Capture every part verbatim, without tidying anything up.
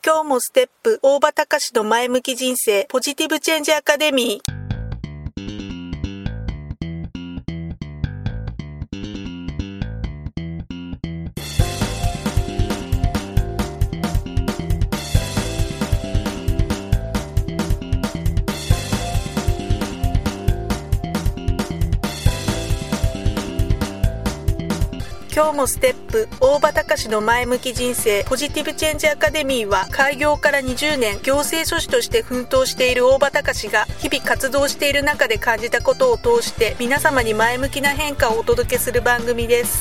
今日もステップ大場隆の前向き人生ポジティブチェンジアカデミー。今日もステップ大場隆の前向き人生ポジティブチェンジアカデミーは、開業からにじゅうねん行政書士として奮闘している大場隆が日々活動している中で感じたことを通して皆様に前向きな変化をお届けする番組です。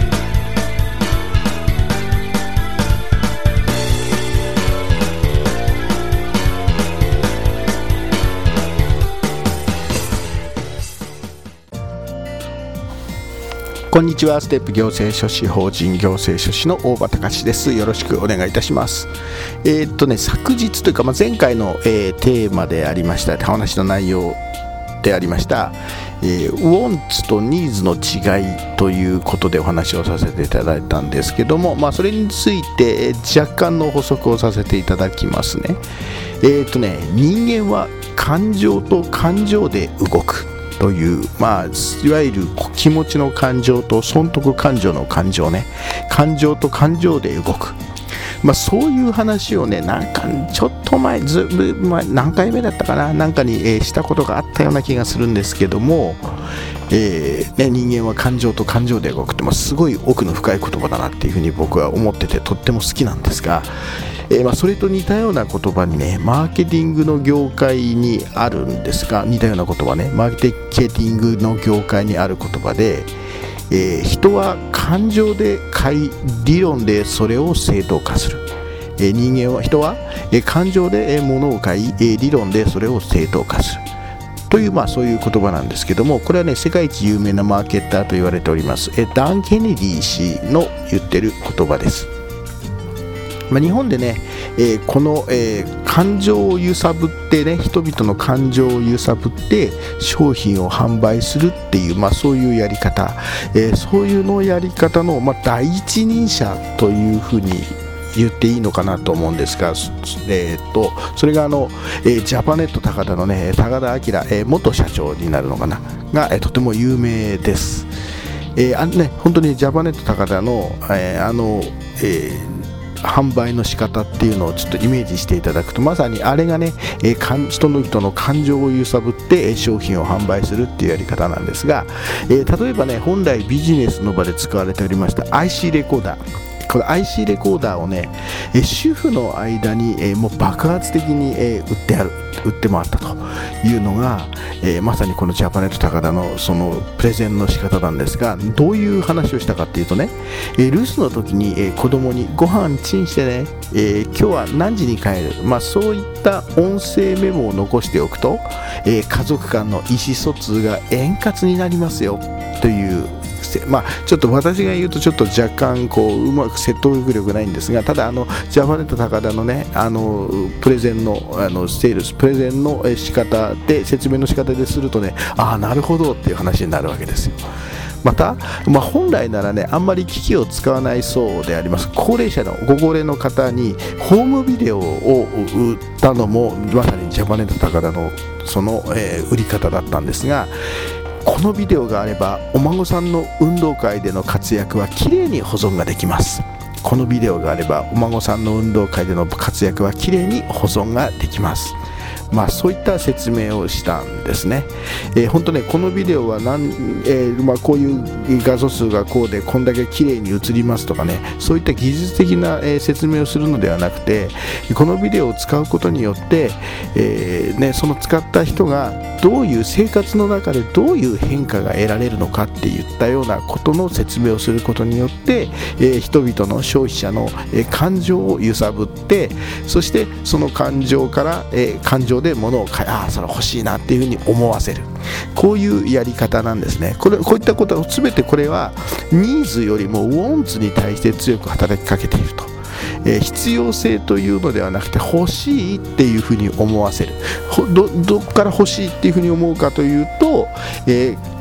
こんにちは。ステップ行政書士法人行政書士の大場隆です。よろしくお願いいたします。えー、っとね昨日というか、まあ、前回の、えー、テーマでありましたお話の内容でありました、えー、ウォンツとニーズの違いということでお話をさせていただいたんですけども、まあ、それについて、えー、若干の補足をさせていただきますね。えー、っとね人間は感情と感情で動くという、まあ、いわゆる気持ちの感情と損得感情の感情ね、感情と感情で動く、まあ、そういう話をね、なんかちょっと前ず、まあ、何回目だったかな、なんかに、えー、したことがあったような気がするんですけども、えーね、人間は感情と感情で動くって、まあ、すごい奥の深い言葉だなっていうふうに僕は思ってて、とっても好きなんですが、えーまあ、それと似たような言葉にね、マーケティングの業界にあるんですが、似たような言葉ね、マーケティングの業界にある言葉で、えー、人は感情で買い、理論でそれを正当化する。えー、人間は人は、えー、感情で、えー、物を買い、えー、理論でそれを正当化するという、まあ、そういう言葉なんですけども、これはね、世界一有名なマーケッターと言われております、えー、ダン・ケネディ氏の言ってる言葉です。まあ、日本でね、えー、この、えー、感情を揺さぶってね、人々の感情を揺さぶって商品を販売するっていう、まあ、そういうやり方、えー、そういうのやり方の、まあ、第一人者というふうに言っていいのかなと思うんですが、えー、とそれがあの、えー、ジャパネット高田のね、高田明、えー、元社長になるのかなが、えー、とても有名です。えーあのね、本当にジャパネット高田の、えー、あの、えー販売の仕方っていうのをちょっとイメージしていただくと、まさにあれがね、えー、人の人の感情を揺さぶって商品を販売するっていうやり方なんですが、えー、例えばね、本来ビジネスの場で使われておりました アイシー レコーダー、この アイシー レコーダーをね、えー、主婦の間に、えー、もう爆発的に、えー、売ってある売って回ったというのが、えー、まさにこのジャパネット高田のそのプレゼンの仕方なんですが、どういう話をしたかっていうとね、えー、留守の時に、えー、子供にご飯チンしてね、えー、今日は何時に帰る、まあ、そういった音声メモを残しておくと、えー、家族間の意思疎通が円滑になりますよという、まあ、ちょっと私が言うとちょっと若干こううまく説得力ないんですが、ただあのジャパネット高田のね、あのプレゼンのあのセールスプレゼンの仕方で説明の仕方でするとね、ああなるほどっていう話になるわけですよ。また、まあ、本来ならね、あんまり機器を使わないそうであります高齢者のご高齢の方にホームビデオを売ったのもまさにジャパネット高田のその、えー、売り方だったんですが、このビデオがあればお孫さんの運動会での活躍はきれいに保存ができます。このビデオがあればお孫さんの運動会での活躍はきれいに保存ができます。まあ、そういった説明をしたんですね。えー、本当ね、このビデオは何、えーまあ、こういう画素数がこうでこんだけ綺麗に映りますとかね、そういった技術的な、えー、説明をするのではなくて、このビデオを使うことによって、えーね、その使った人がどういう生活の中でどういう変化が得られるのかっていったようなことの説明をすることによって、えー、人々の消費者の、えー、感情を揺さぶって、そしてその感情から、えー、感情で物を買い、ああそれ欲しいなっていうふうに思わせる、こういうやり方なんですね。これこういったことは全てこれはニーズよりもウォンツに対して強く働きかけていると、えー、必要性というのではなくて欲しいっていうふうに思わせる。 ど, どっから欲しいっていうふうに思うかというと、えー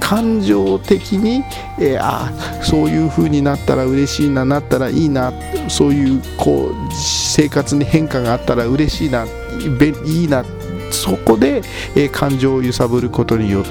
感情的に、えー、あそういう風になったら嬉しいな、なったらいいな、そういうこう生活に変化があったら嬉しいな、いいな、そこで、えー、感情を揺さぶることによって、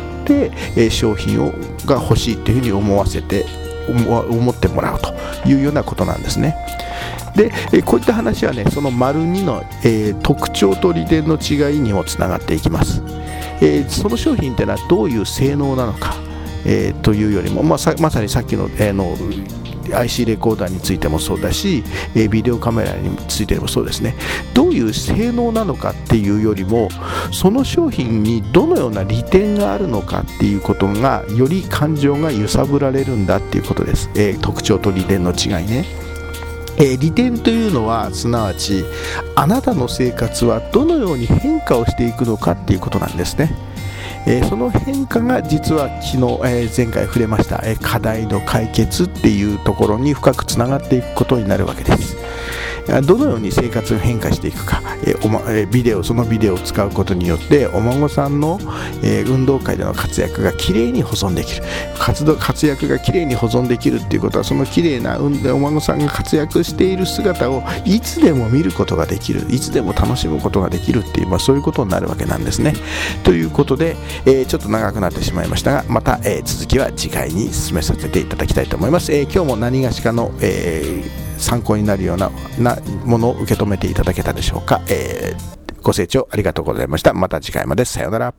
えー、商品をが欲しいというふうに思わせて思、思ってもらうというようなことなんですね。で、えー、こういった話はね、その丸にの、えー、特徴と利点の違いにもつながっていきます。えー、その商品というのはどういう性能なのか、えー、というよりも、まあ、さ, まさにさっきの、えー、の アイシー レコーダーについてもそうだし、えー、ビデオカメラについてもそうですね。どういう性能なのかっていうよりも、その商品にどのような利点があるのかっていうことがより感情が揺さぶられるんだっていうことです。えー、特徴と利点の違いね。えー、利点というのはすなわちあなたの生活はどのように変化をしていくのかっていうことなんですね。えー、その変化が実は昨日、えー、前回触れました、えー、課題の解決っていうところに深くつながっていくことになるわけです。どのように生活が変化していくか、えーおまえー、ビデオそのビデオを使うことによってお孫さんの、えー、運動会での活躍がきれいに保存できる、活動活躍がきれいに保存できるっていうことは、そのきれいなお孫さんが活躍している姿をいつでも見ることができる、いつでも楽しむことができるっていう、まあ、そういうことになるわけなんですね。ということで、えー、ちょっと長くなってしまいましたが、また、えー、続きは次回に進めさせていただきたいと思います。えー、今日も何がしかの、えー参考になるよう な, なものを受け止めていただけたでしょうか。えー、ご清聴ありがとうございました。また次回まで。さようなら。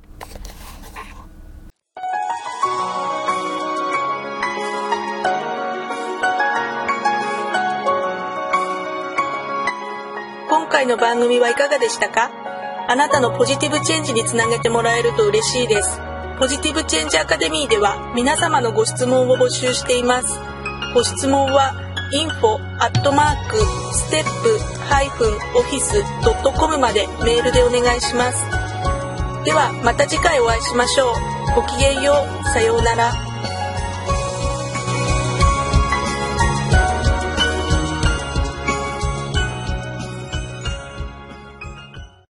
今回の番組はいかがでしたか？あなたのポジティブチェンジにつなげてもらえると嬉しいです。ポジティブチェンジアカデミーでは皆様のご質問を募集しています。ご質問はインフォ アットマーク ステップ ハイフン オフィス ドット コム までメールでお願いします。ではまた次回お会いしましょう。ごきげんよう。さようなら。